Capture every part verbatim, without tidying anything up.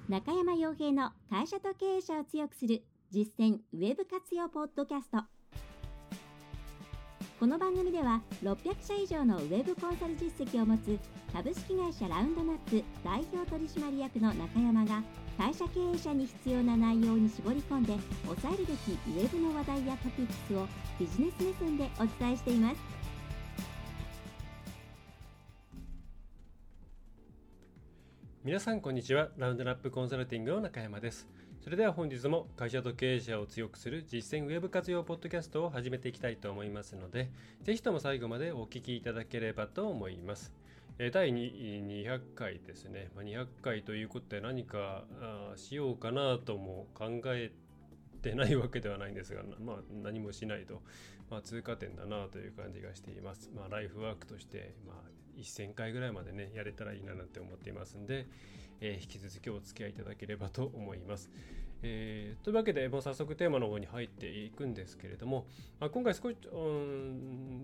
中山洋平の会社と経営者を強くする実践ウェブ活用ポッドキャスト。この番組ではろっぴゃくしゃ以上のウェブコンサル実績を持つ株式会社ラウンドナップ代表取締役の中山が会社経営者に必要な内容に絞り込んで押さえるべきウェブの話題やトピックスをビジネス目線でお伝えしています。 皆さんこんにちは。ラウンドナップコンサルティングの中山です。それでは本日も会社と経営者を強くする実践ウェブ活用ポッドキャストを始めていきたいと思いますので、ぜひとも最後までお聞きいただければと思います。だいにひゃっかいですね。にひゃっかいということで何かしようかなとも考えてないわけではないんですが、まあ、何もしないと、まあ、通過点だなという感じがしています。まあ、ライフワークとして、まあ、せんかいぐらいまでねやれたらいいななんて思っていますんで、えー、引き続きお付き合いいただければと思います。えー、というわけでもう早速テーマの方に入っていくんですけれども、まあ、今回少し、うん、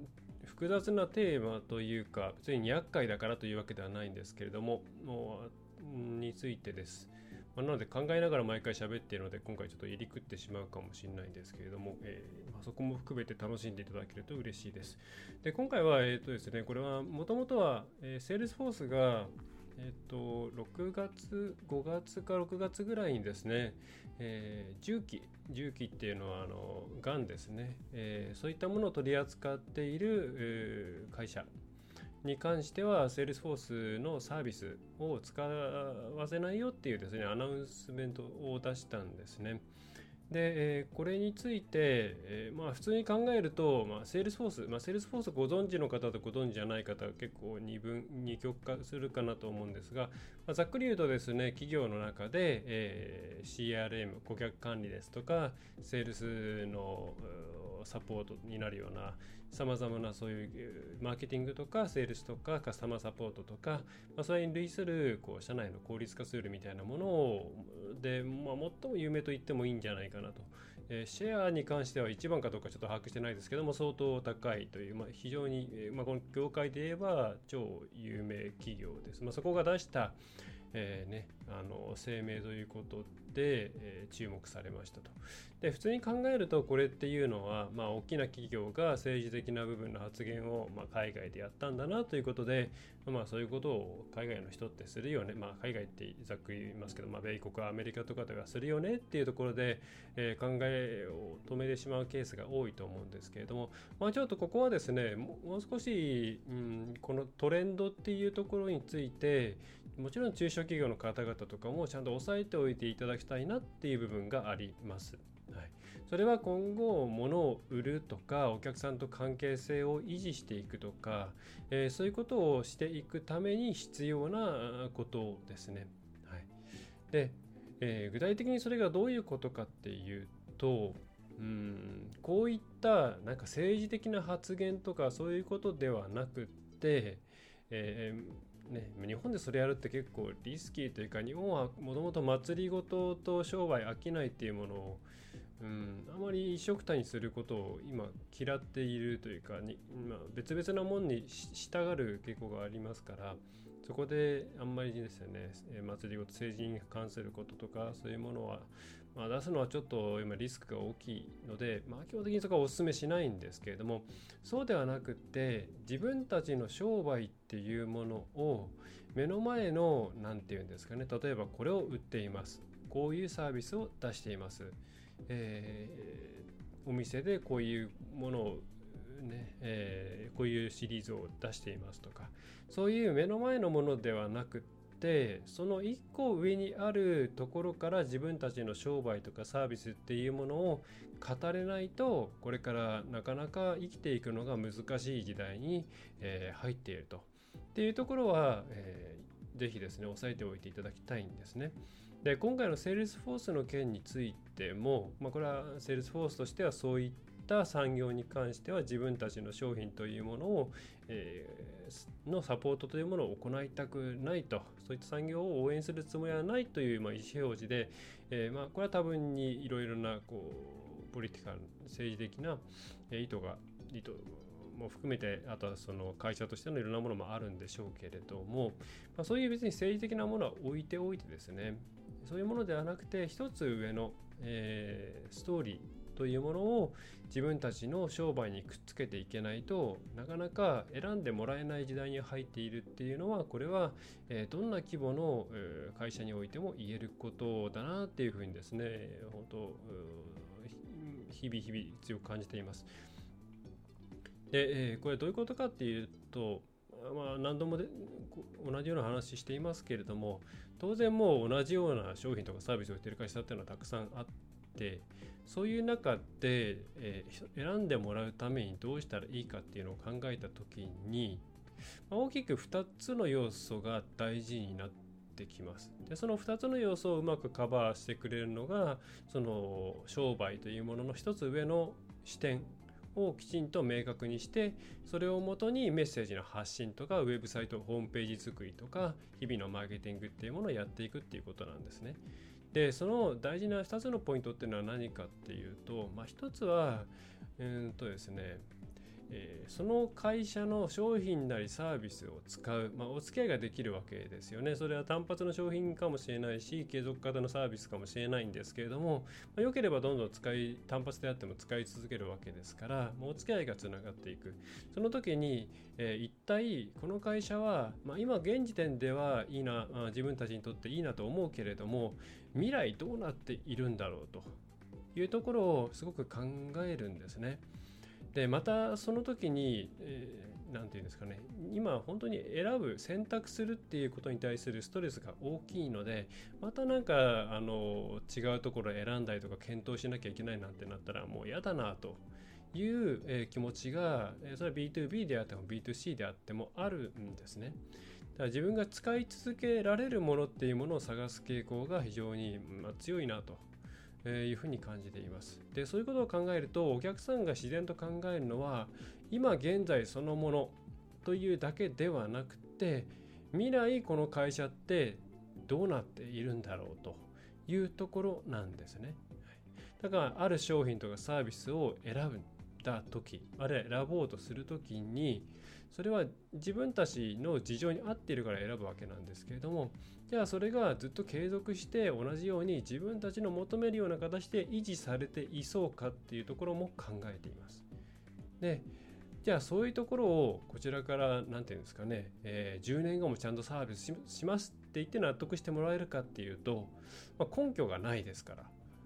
複雑なテーマというか、別ににひゃっかいだからというわけではないんですけれども、もうについてです。まあ、なので考えながら毎回喋っているので、今回ちょっと入りくってしまうかもしれないんですけれども、えーまあ、そこも含めて楽しんでいただけると嬉しいです。で、今回は、えーとですね、これはもともとは、えー、Salesforce がえっと、ろくがつ、ごがつかろくがつぐらいにですね、えー、重機、重機っていうのはあのがんですね、えー、そういったものを取り扱っている、えー、会社に関しては Salesforce のサービスを使わせないよっていうですね、アナウンスメントを出したんですね。で、えー、これについて、えーまあ、普通に考えると、まあ、Salesforce、まあ、Salesforce ご存知の方とご存知じゃない方は結構二分二極化するかなと思うんですが、まあ、ざっくり言うとですね、企業の中で、えー、シーアールエム、顧客管理ですとか、セールスのサポートになるようなさまざまなそういうマーケティングとかセールスとかカスタマーサポートとか、まあ、それに類するこう社内の効率化ツールみたいなものをで、まあ、最も有名と言ってもいいんじゃないかなと、えー、シェアに関しては一番かどうかちょっと把握してないですけども、相当高いという、まあ、非常に、まあ、この業界で言えば超有名企業です。まあ、そこが出したえーね、あの声明ということで、えー、注目されましたと。で、普通に考えるとこれっていうのは、まあ、大きな企業が政治的な部分の発言を、まあ、海外でやったんだなということで、まあ、そういうことを海外の人ってするよね、まあ、海外ってざっくり言いますけど、まあ、米国、アメリカとかではするよねっていうところで、えー、考えを止めてしまうケースが多いと思うんですけれども、まあ、ちょっとここはですね、もう少し、うん、このトレンドっていうところについて、もちろん中小企業の方々とかもちゃんと押さえておいていただきたいなっていう部分があります。はい、それは今後物を売るとかお客さんと関係性を維持していくとか、えー、そういうことをしていくために必要なことですね。はい、で、えー、具体的にそれがどういうことかっていうと、うん、こういったなんか政治的な発言とかそういうことではなくって、えーね、日本でそれやるって結構リスキーというか、日本はもともと祭りごとと商売飽きないっていうものを、うん、あまり一緒くたにすることを今嫌っているというかに、まあ、別々なものに従う傾向がありますから、そこであんまりですよね、祭りごと政治に関することとかそういうものは、まあ、出すのはちょっと今リスクが大きいので、まあ、基本的にそこはお勧めしないんですけれども、そうではなくって自分たちの商売っていうものを目の前の何て言うんですかね、例えばこれを売っています、こういうサービスを出しています、えー、お店でこういうものをねえー、こういうシリーズを出していますとか、そういう目の前のものではなくってその一個上にあるところから自分たちの商売とかサービスっていうものを語れないと、これからなかなか生きていくのが難しい時代に、えー、入っているとっていうところは、えー、ぜひですね押さえておいていただきたいんですね。で、今回の Salesforce の件についても、まあ、これは Salesforce としてはそういった産業に関しては自分たちの商品というものを、えー、のサポートというものを行いたくないと、そういった産業を応援するつもりはないという、まあ、意思表示で、えーまあ、これは多分にいろいろなこうポリティカル政治的な意図が意図も含めて、あとはその会社としてのいろんなものもあるんでしょうけれども、まあ、そういう別に政治的なものは置いておいてですね、 そういうものではなくて一つ上の、えー、ストーリーというものを自分たちの商売にくっつけていけないとなかなか選んでもらえない時代に入っているっていうのは、これは、えー、どんな規模の、えー、会社においても言えることだなっていうふうにですね、本当日々日々強く感じています。で、えー、これどういうことかっていうと、まあ、何度もで同じような話していますけれども、当然もう同じような商品とかサービスを売っている会社っていうのはたくさんあって、そういう中で、えー、選んでもらうためにどうしたらいいかっていうのを考えたときに、まあ、大きくふたつの要素が大事になってきます。で、そのふたつの要素をうまくカバーしてくれるのが、その商売というものの一つ上の視点をきちんと明確にして、それをもとにメッセージの発信とかウェブサイトホームページ作りとか日々のマーケティングっていうものをやっていくっていうことなんですね。で、その大事なふたつのポイントっていうのは何かっていうと、まあ、ひとつはうんとですねえー、その会社の商品なりサービスを使う、まあ、お付き合いができるわけですよね。それは単発の商品かもしれないし、継続型のサービスかもしれないんですけれども、まあ、良ければどんどん使い単発であっても使い続けるわけですから、まあ、お付き合いがつながっていく。その時に、えー、一体この会社は、まあ、今現時点ではいいな、まあ、自分たちにとっていいなと思うけれども、未来どうなっているんだろうというところをすごく考えるんですね。で、またその時に、えー、なんていうんですかね、今本当に選ぶ選択するっていうことに対するストレスが大きいので、またなんかあの違うところを選んだりとか検討しなきゃいけないなんてなったらもう嫌だなという、えー、気持ちが、それは ビーツービー であっても ビーツーシー であってもあるんですね。だから自分が使い続けられるものっていうものを探す傾向が非常に、まあ、強いなというふうに感じています。で、そういうことを考えると、お客さんが自然と考えるのは今現在そのものというだけではなくて、未来この会社ってどうなっているんだろうというところなんですね。だからある商品とかサービスを選んだ時、あるいは選ぼうとする時に、それは自分たちの事情に合っているから選ぶわけなんですけれども、じゃあそれがずっと継続して同じように自分たちの求めるような形で維持されていそうかっていうところも考えています。で、じゃあそういうところをこちらから何て言うんですかね、えー、じゅうねんごもちゃんとサービス し, しますって言って納得してもらえるかっていうと、まあ、根拠がないですから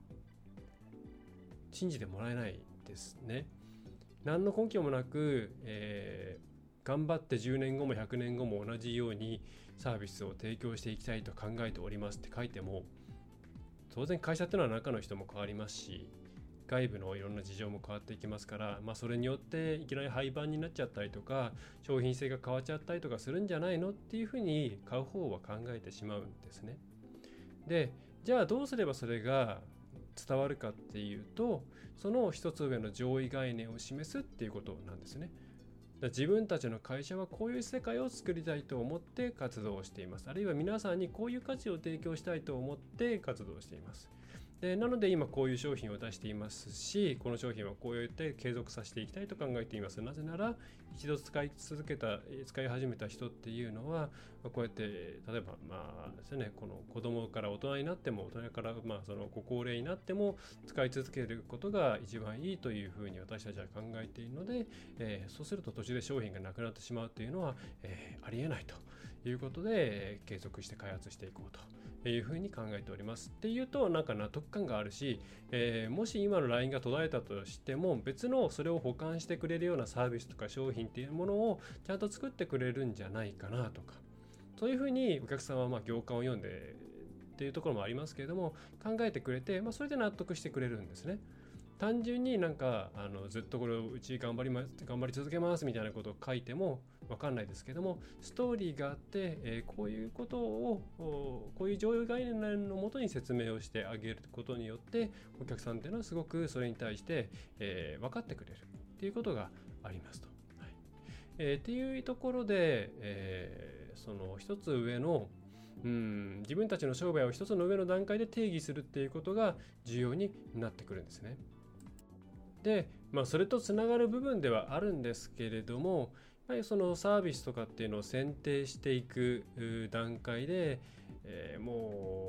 信じてもらえないですね。何の根拠もなく、えー頑張ってじゅうねんごもひゃくねんごも同じようにサービスを提供していきたいと考えておりますって書いても、当然会社っていうのは中の人も変わりますし、外部のいろんな事情も変わっていきますから、まあ、それによっていきなり廃盤になっちゃったりとか商品性が変わっちゃったりとかするんじゃないのっていうふうに買う方は考えてしまうんですね。で、じゃあどうすればそれが伝わるかっていうと、その一つ上の上位概念を示すっていうことなんですね。自分たちの会社はこういう世界を作りたいと思って活動をしています。あるいは皆さんにこういう価値を提供したいと思って活動しています。でなので今こういう商品を出していますし、この商品はこうやって継続させていきたいと考えています。なぜなら一度使い続けた使い始めた人っていうのはこうやって例えばまあですね、この子供から大人になっても大人からまあそのご高齢になっても使い続けることが一番いいというふうに私たちは考えているので、えー、そうすると途中で商品がなくなってしまうというのは、えー、ありえないということで、えー、継続して開発していこうというふうに考えておりますっていうと、なんか納得感があるし、えー、もし今の ライン が途絶えたとしても別のそれを補完してくれるようなサービスとか商品っていうものをちゃんと作ってくれるんじゃないかなとか、そういうふうにお客さんはまあ行間を読んでっていうところもありますけれども考えてくれて、まあ、それで納得してくれるんですね。単純になんかあのずっとこれをうち頑張ります頑張り続けますみたいなことを書いても分かんないですけども、ストーリーがあって、えー、こういうことをこういう上位概念のもとに説明をしてあげることによってお客さんっていうのはすごくそれに対して、えー、分かってくれるっていうことがありますと。はい、えー、っていうところで、えー、その一つ上のうん自分たちの商売を一つの上の段階で定義するっていうことが重要になってくるんですね。で、まあ、それとつながる部分ではあるんですけれども、やはりそのサービスとかっていうのを選定していく段階で、えー、も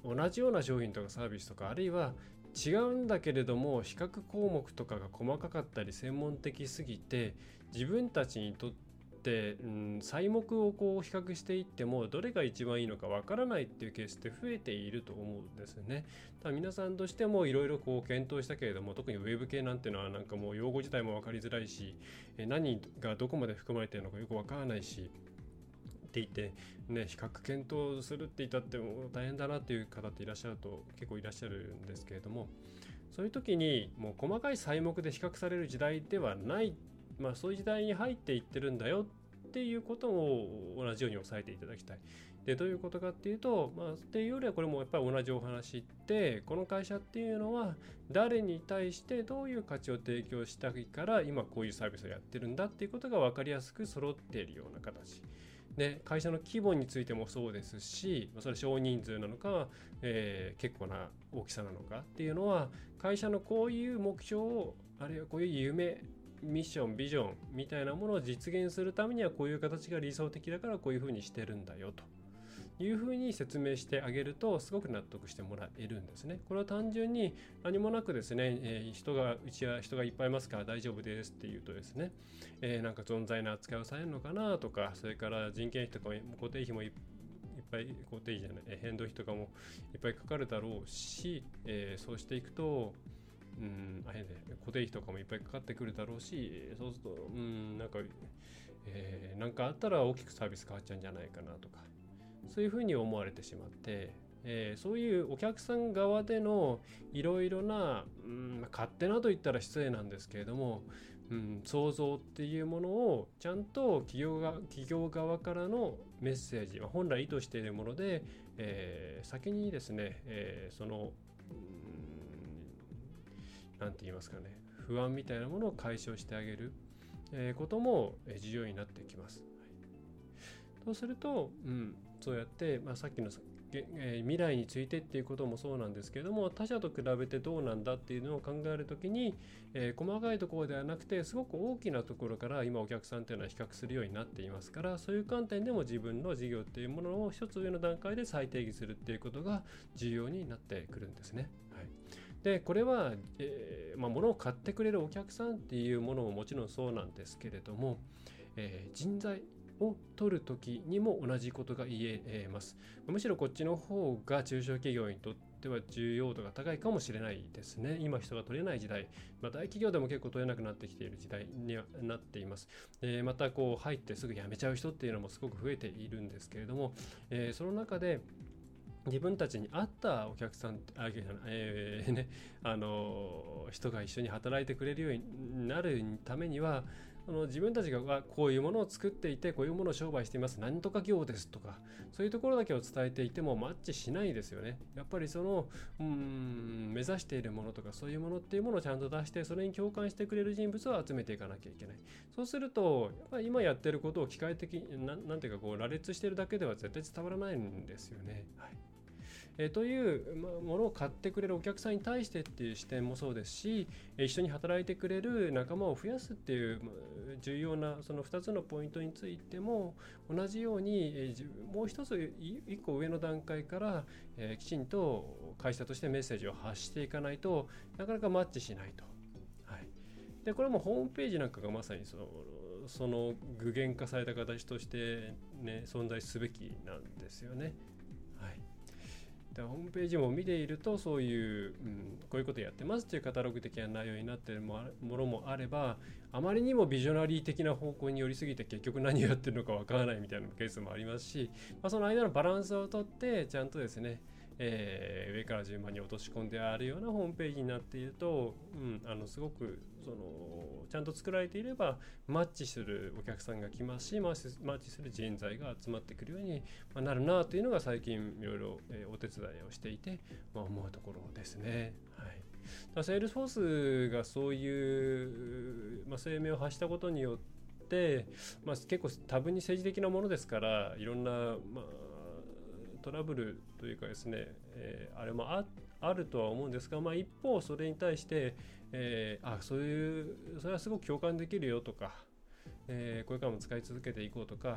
同じような商品とかサービスとか、あるいは違うんだけれども比較項目とかが細かかったり専門的すぎて、自分たちにとって、うん、材木をこう比較していってもどれが一番いいのかわからないっていうケースって増えていると思うんですね。ただ皆さんとしてもいろいろこう検討したけれども、特にウェブ系なんていうのはなんかもう用語自体も分かりづらいし、何がどこまで含まれているのかよくわからないしって言ってね、比較検討するって言ったっても大変だなっていう方っていらっしゃると結構いらっしゃるんですけれども、そういう時にもう細かい材木で比較される時代ではない、まあそういう時代に入っていってるんだよっていうことを同じように押さえていただきたい。で、どういうことかっていうと、まあっていうよりはこれもやっぱり同じお話で、この会社っていうのは誰に対してどういう価値を提供したいから今こういうサービスをやってるんだっていうことが分かりやすく揃っているような形で、会社の規模についてもそうですし、それ少人数なのか、えー、結構な大きさなのかっていうのは、会社のこういう目標を、あるいはこういう夢、ミッション、ビジョンみたいなものを実現するためにはこういう形が理想的だからこういうふうにしてるんだよというふうに説明してあげるとすごく納得してもらえるんですね。これは単純に何もなくですね、えー、人がうちは人がいっぱいいますから大丈夫ですっていうとですね、えー、なんか存在な扱いをされるのかなとか、それから人件費とか固定費もいっぱい固定費じゃない変動費とかもいっぱいかかるだろうし、えー、そうしていくとうん、あれね、固定費とかもいっぱいかかってくるだろうし、そうするとうんなんか、えー、なんかあったら大きくサービス変わっちゃうんじゃないかなとか、そういうふうに思われてしまって、えー、そういうお客さん側でのいろいろな、うん、勝手なと言ったら失礼なんですけれども、うん、想像っていうものをちゃんと企業が企業側からのメッセージ、本来意図しているもので、えー、先にですね、えー、その、うんなんて言いますかね、不安みたいなものを解消してあげる、えー、ことも重要になってきます。はい、そうすると、うん、そうやって、まあ、さっきの、えー、未来についてっていうこともそうなんですけれども、他者と比べてどうなんだっていうのを考えるときに、えー、細かいところではなくてすごく大きなところから今お客さんっていうのは比較するようになっていますから、そういう観点でも自分の事業っていうものを一つ上の段階で再定義するっていうことが重要になってくるんですね。はい、でこれは、えーまあ、物を買ってくれるお客さんっていうものももちろんそうなんですけれども、えー、人材を取るときにも同じことが言えます。むしろこっちの方が中小企業にとっては重要度が高いかもしれないですね。今人が取れない時代、まあ、大企業でも結構取れなくなってきている時代にはなっています。えー、またこう入ってすぐ辞めちゃう人っていうのもすごく増えているんですけれども、えー、その中で自分たちに合ったお客さん、あ、えーね、あの人が一緒に働いてくれるようになるためには、あの自分たちがこういうものを作っていてこういうものを商売しています、何とか業ですとか、そういうところだけを伝えていてもマッチしないですよね。やっぱりそのうーん目指しているものとかそういうものっていうものをちゃんと出して、それに共感してくれる人物を集めていかなきゃいけない。そうするとやっぱり今やってることを機械的な、なんていうかこう羅列してるだけでは絶対伝わらないんですよね。はい、えー、という、まあ、ものを買ってくれるお客さんに対してっていう視点もそうですし、一緒に働いてくれる仲間を増やすっていう、まあ、重要なそのふたつのポイントについても同じように、えー、もう一ついっこ上の段階から、えー、きちんと会社としてメッセージを発していかないとなかなかマッチしないと。はい、でこれもホームページなんかがまさにそのその具現化された形として、ね、存在すべきなんですよね。はい、でホームページも見ているとそういう、うん、こういうことやってますというカタログ的な内容になっているものもあれば、あまりにもビジョナリー的な方向に寄りすぎて結局何をやってるのかわからないみたいなケースもありますし、まあ、その間のバランスをとってちゃんとですね、えー、上から順番に落とし込んであるようなホームページになっていると、うん、あのすごくそのちゃんと作られていればマッチするお客さんが来ますし、マッチする人材が集まってくるようになるなというのが最近いろいろお手伝いをしていて、まあ、思うところですね。はい、だセールスフォースがそういう、まあ、声明を発したことによって、まあ、結構多分に政治的なものですから、いろんな、まあ、トラブルというかですね、えー、あれも あ, あるとは思うんですが、まあ、一方それに対して、えー、あそういうそれはすごく共感できるよとか、えー、これからも使い続けていこうとか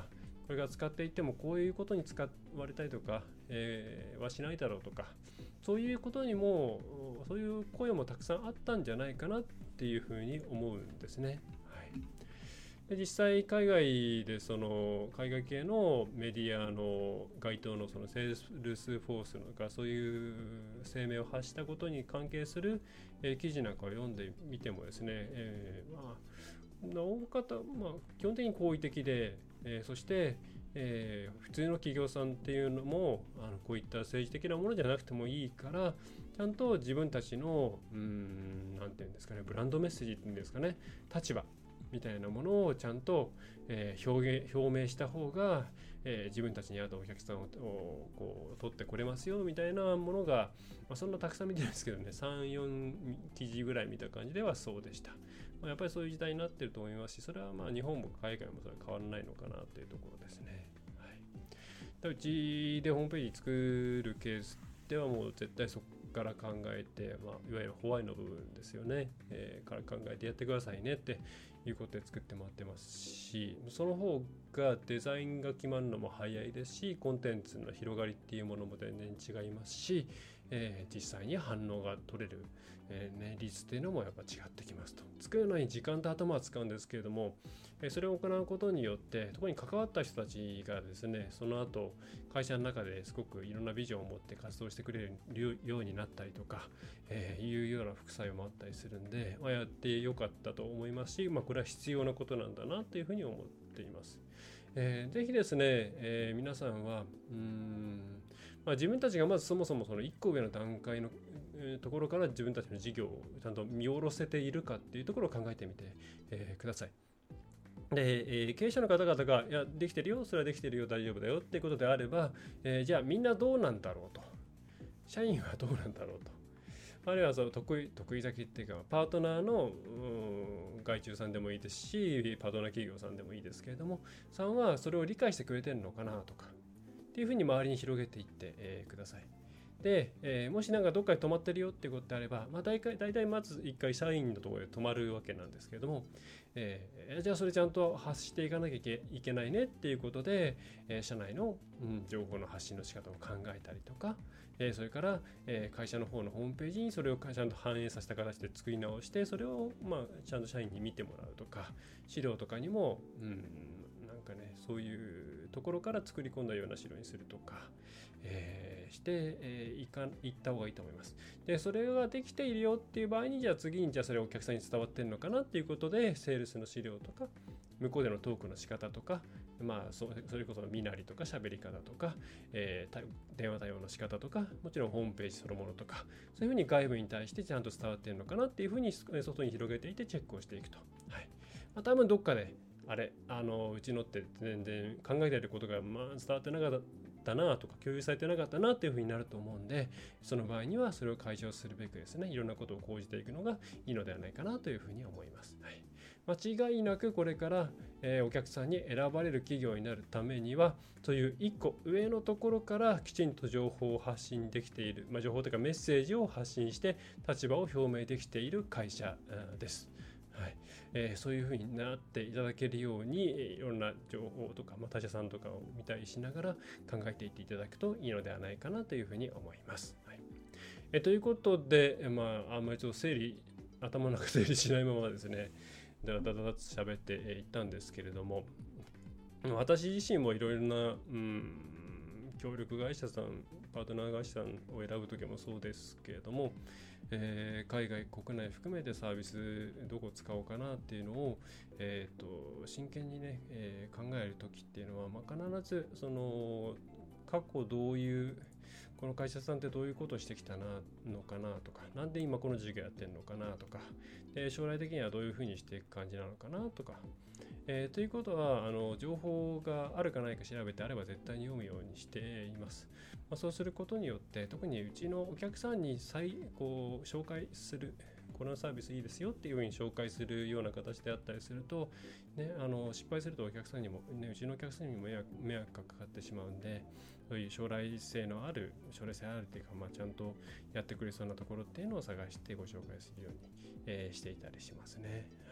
これが使っていってもこういうことに使われたりとか、えー、はしないだろうとか、そういうことにもそういう声もたくさんあったんじゃないかなっていうふうに思うんですね。はい、で実際海外でその海外系のメディアの該当のそのセールスフォースのがそういう声明を発したことに関係する、えー、記事なんかを読んでみてもですね、えー、まあ大方、まあ、基本的に好意的で、えー、そして、えー、普通の企業さんっていうのもあのこういった政治的なものじゃなくてもいいからちゃんと自分たちのうーんなんていうんですかね、ブランドメッセージっていうんですかね、立場みたいなものをちゃんと、えー、表現表明した方が、えー、自分たちに合ったお客さんをこう取ってこれますよみたいなものが、まあ、そんなたくさん見てるんですけどね、さん、よん記事ぐらい見た感じではそうでした。まあ、やっぱりそういう時代になってると思いますし、それはまあ日本も海外もそれは変わらないのかなというところですね。はい、うちでホームページ作るケースではもう絶対そこから考えて、まあ、いわゆるホワイの部分ですよね、えー、から考えてやってくださいねっていうことで作ってもらってますし、その方がデザインが決まるのも早いですし、コンテンツの広がりっていうものも全然違いますし、えー、実際に反応が取れる、えーね、率っていうのもやっぱ違ってきますと。作るのに時間と頭は使うんですけれども、えー、それを行うことによって特に関わった人たちがですね、その後会社の中ですごくいろんなビジョンを持って活動してくれるようになったりとか、えー、いうような副作用もあったりするんで、まあ、やってよかったと思いますし、まあ、これは必要なことなんだなというふうに思っています。えー、ぜひですね、えー、皆さんはうーん、まあ、自分たちがまずそもそもそのいっこ上の段階のところから自分たちの事業をちゃんと見下ろせているかっていうところを考えてみて、えー、ください。で、えー、経営者の方々がいやできてるよ、それはできてるよ、大丈夫だよっていうことであれば、えー、じゃあみんなどうなんだろうと、社員はどうなんだろうと、あるいはその得意得意先っていうかパートナーの外注さんでもいいですし、パートナー企業さんでもいいですけれども、さんはそれを理解してくれてるのかなとかっていうふうに周りに広げていって、えー、ください。で、えー、もしなんかどっかで止まってるよっていうことであれば、まあ、大体、大体まず一回社員のところで止まるわけなんですけれども、えー、じゃあそれちゃんと発していかなきゃいけないねっていうことで、えー、社内の、うん、情報の発信の仕方を考えたりとか、えー、それから、えー、会社の方のホームページにそれをちゃんと反映させた形で作り直して、それを、まあ、ちゃんと社員に見てもらうとか、資料とかにも、うん、なんかね、そういうところから作り込んだような資料にするとか、えー、して、えー、いかいった方がいいと思います。で、それができているよっていう場合に、じゃあ次にじゃあそれをお客さんに伝わってるのかなっていうことで、セールスの資料とか、向こうでのトークの仕方とか、まあ、それこそ身なりとか喋り方とか、えー、電話対応の仕方とか、もちろんホームページそのものとか、そういうふうに外部に対してちゃんと伝わっているのかなっていうふうに外に広げていってチェックをしていくと。はい。まあ、多分どっかで、あれ、あの、うちのって全然考えていることがまあ伝わってなかったなとか、共有されてなかったなっていうふうになると思うんで、その場合にはそれを解消するべくですね、いろんなことを講じていくのがいいのではないかなというふうに思います。はい。間違いなくこれから、えー、お客さんに選ばれる企業になるためには、そういう一個上のところからきちんと情報を発信できている、まあ、情報というかメッセージを発信して立場を表明できている会社です。はい、えー、そういうふうになっていただけるように、いろんな情報とか、まあ、他社さんとかを見たりしながら考えていっていただくといいのではないかなというふうに思います。はい、えー、ということで、まあ、あんまりちょっと整理、頭の中整理しないままですね、だらだらだらと喋っていったんですけれども、私自身もいろいろな、うん、協力会社さん、パートナー会社さんを選ぶときもそうですけれども、えー、海外国内含めてサービスどこ使おうかなっていうのを、えー、と真剣にね、えー、考えるときっていうのは、まあ、必ずその過去どういうこの会社さんってどういうことをしてきたなのかなとか、なんで今この授業やってるのかなとか、で将来的にはどういうふうにしていく感じなのかなとか、えー、ということはあの情報があるかないか調べてあれば絶対に読むようにしています。まあ、そうすることによって特にうちのお客さんに再こう紹介するこのサービスいいですよっていうふうに紹介するような形であったりすると、ね、あの失敗するとお客さんにも、ね、うちのお客さんにも迷惑、迷惑がかかってしまうんで、そういう将来性のある将来性あるっていうか、まあ、ちゃんとやってくれそうなところっていうのを探してご紹介するように、えー、していたりしますね。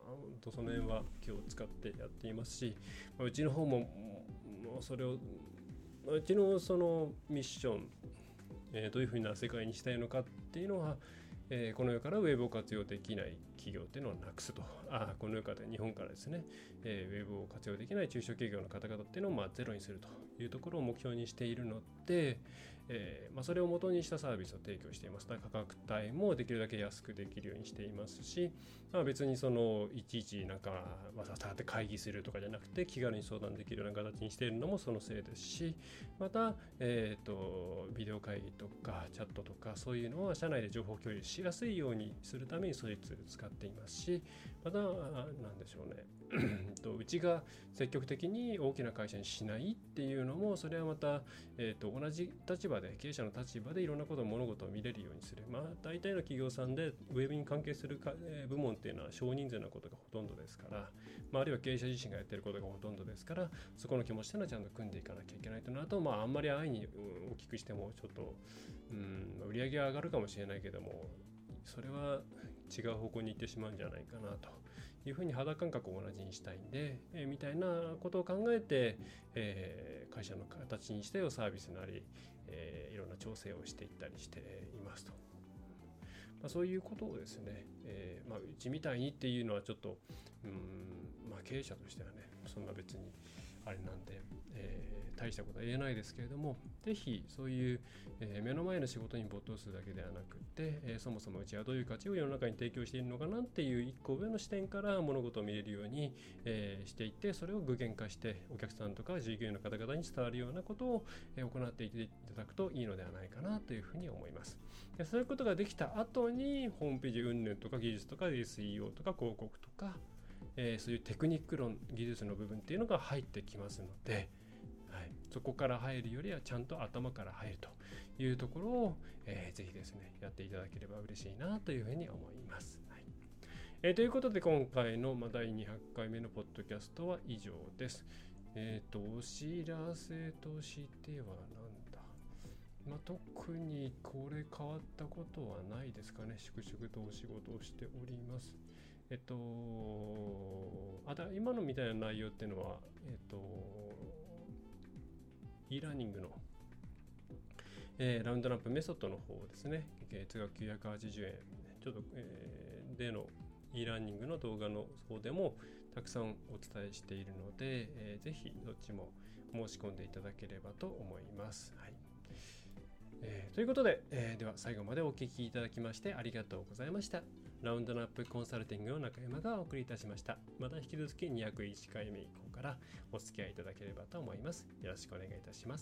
本当その辺は気を使ってやっていますし、うちの方ももうそれをうちのそのミッション、えー、どういうふうな世界にしたいのかっていうのは、えー、この世からウェブを活用できない企業っていうのをなくすと、あこの世から日本からですね、えー、ウェブを活用できない中小企業の方々っていうのをまあゼロにするというところを目標にしているので、えーまあ、それを元にしたサービスを提供しています。価格帯もできるだけ安くできるようにしていますし、まあ、別にそのいちいちなんかわざわざって会議するとかじゃなくて気軽に相談できるような形にしているのもそのせいですし、また、えーと、ビデオ会議とかチャットとかそういうのは社内で情報共有しやすいようにするためにそういうツールを使っていますし、またなんでしょうねうちが積極的に大きな会社にしないっていうのもそれはまた、えーと、同じ立場で経営者の立場でいろんなこと物事を見れるようにする。まあ大体の企業さんでウェブに関係するか、えー、部門っていうのは少人数のことがほとんどですから、まあ、あるいは経営者自身がやってることがほとんどですから、そこの気持ちというのはちゃんと組んでいかなきゃいけないというのと、まああんまり安易に大きくしてもちょっとうん売り上げは上がるかもしれないけども、それは違う方向に行ってしまうんじゃないかなというふうに肌感覚を同じにしたいんで、えー、みたいなことを考えて、えー、会社の形にしてをサービスなり、えー、いろんな調整をしていったりしていますと。まあ、そういうことをですね、えーまあ、うちみたいにっていうのはちょっとうーん、まあ、経営者としてはねそんな別にあれなんで、えー、大したことは言えないですけれども、ぜひそういう、えー、目の前の仕事に没頭するだけではなくて、えー、そもそもうちはどういう価値を世の中に提供しているのかなっていう一個上の視点から物事を見れるように、えー、していって、それを具現化してお客さんとか従業員の方々に伝わるようなことを、えー、行っていただくといいのではないかなというふうに思います。でそういうことができた後にホームページ云々とか技術とか エスイーオー とか広告とかえー、そういうテクニック論技術の部分っていうのが入ってきますので、はい、そこから入るよりはちゃんと頭から入るというところを、えー、ぜひですねやっていただければ嬉しいなというふうに思います、はいえー、ということで今回の、まあ、だいにひゃっかいめのポッドキャストは以上です。えっとお知らせとしてはなんだまあ、特にこれ変わったことはないですかね。粛々とお仕事をしております。えっと、あだ今のみたいな内容っていうのは、えっと、e ラーニングの、えー、ラウンドナップメソッドの方ですね、月額きゅうひゃくはちじゅうえん、ちょっと、えー、での e ラーニングの動画の方でもたくさんお伝えしているので、えー、ぜひどっちも申し込んでいただければと思います。はいえー、ということで、えー、では最後までお聞きいただきましてありがとうございました。ラウンドナップコンサルティングの中山がお送りいたしました。また引き続きにひゃくいちかいめ以降からお付き合いいただければと思います。よろしくお願いいたします。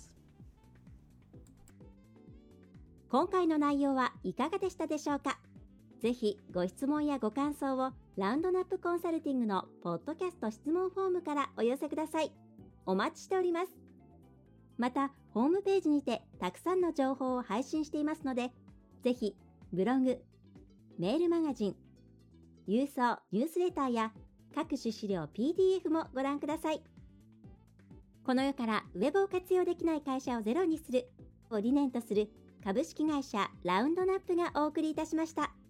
今回の内容はいかがでしたでしょうか。ぜひご質問やご感想をラウンドナップコンサルティングのポッドキャスト質問フォームからお寄せください。お待ちしております。またホームページにてたくさんの情報を配信していますので、ぜひブログ、メールマガジン、郵送ニュースレターや各種資料 ピーディーエフ もご覧ください。この世からウェブを活用できない会社をゼロにするを理念とする株式会社ラウンドナップがお送りいたしました。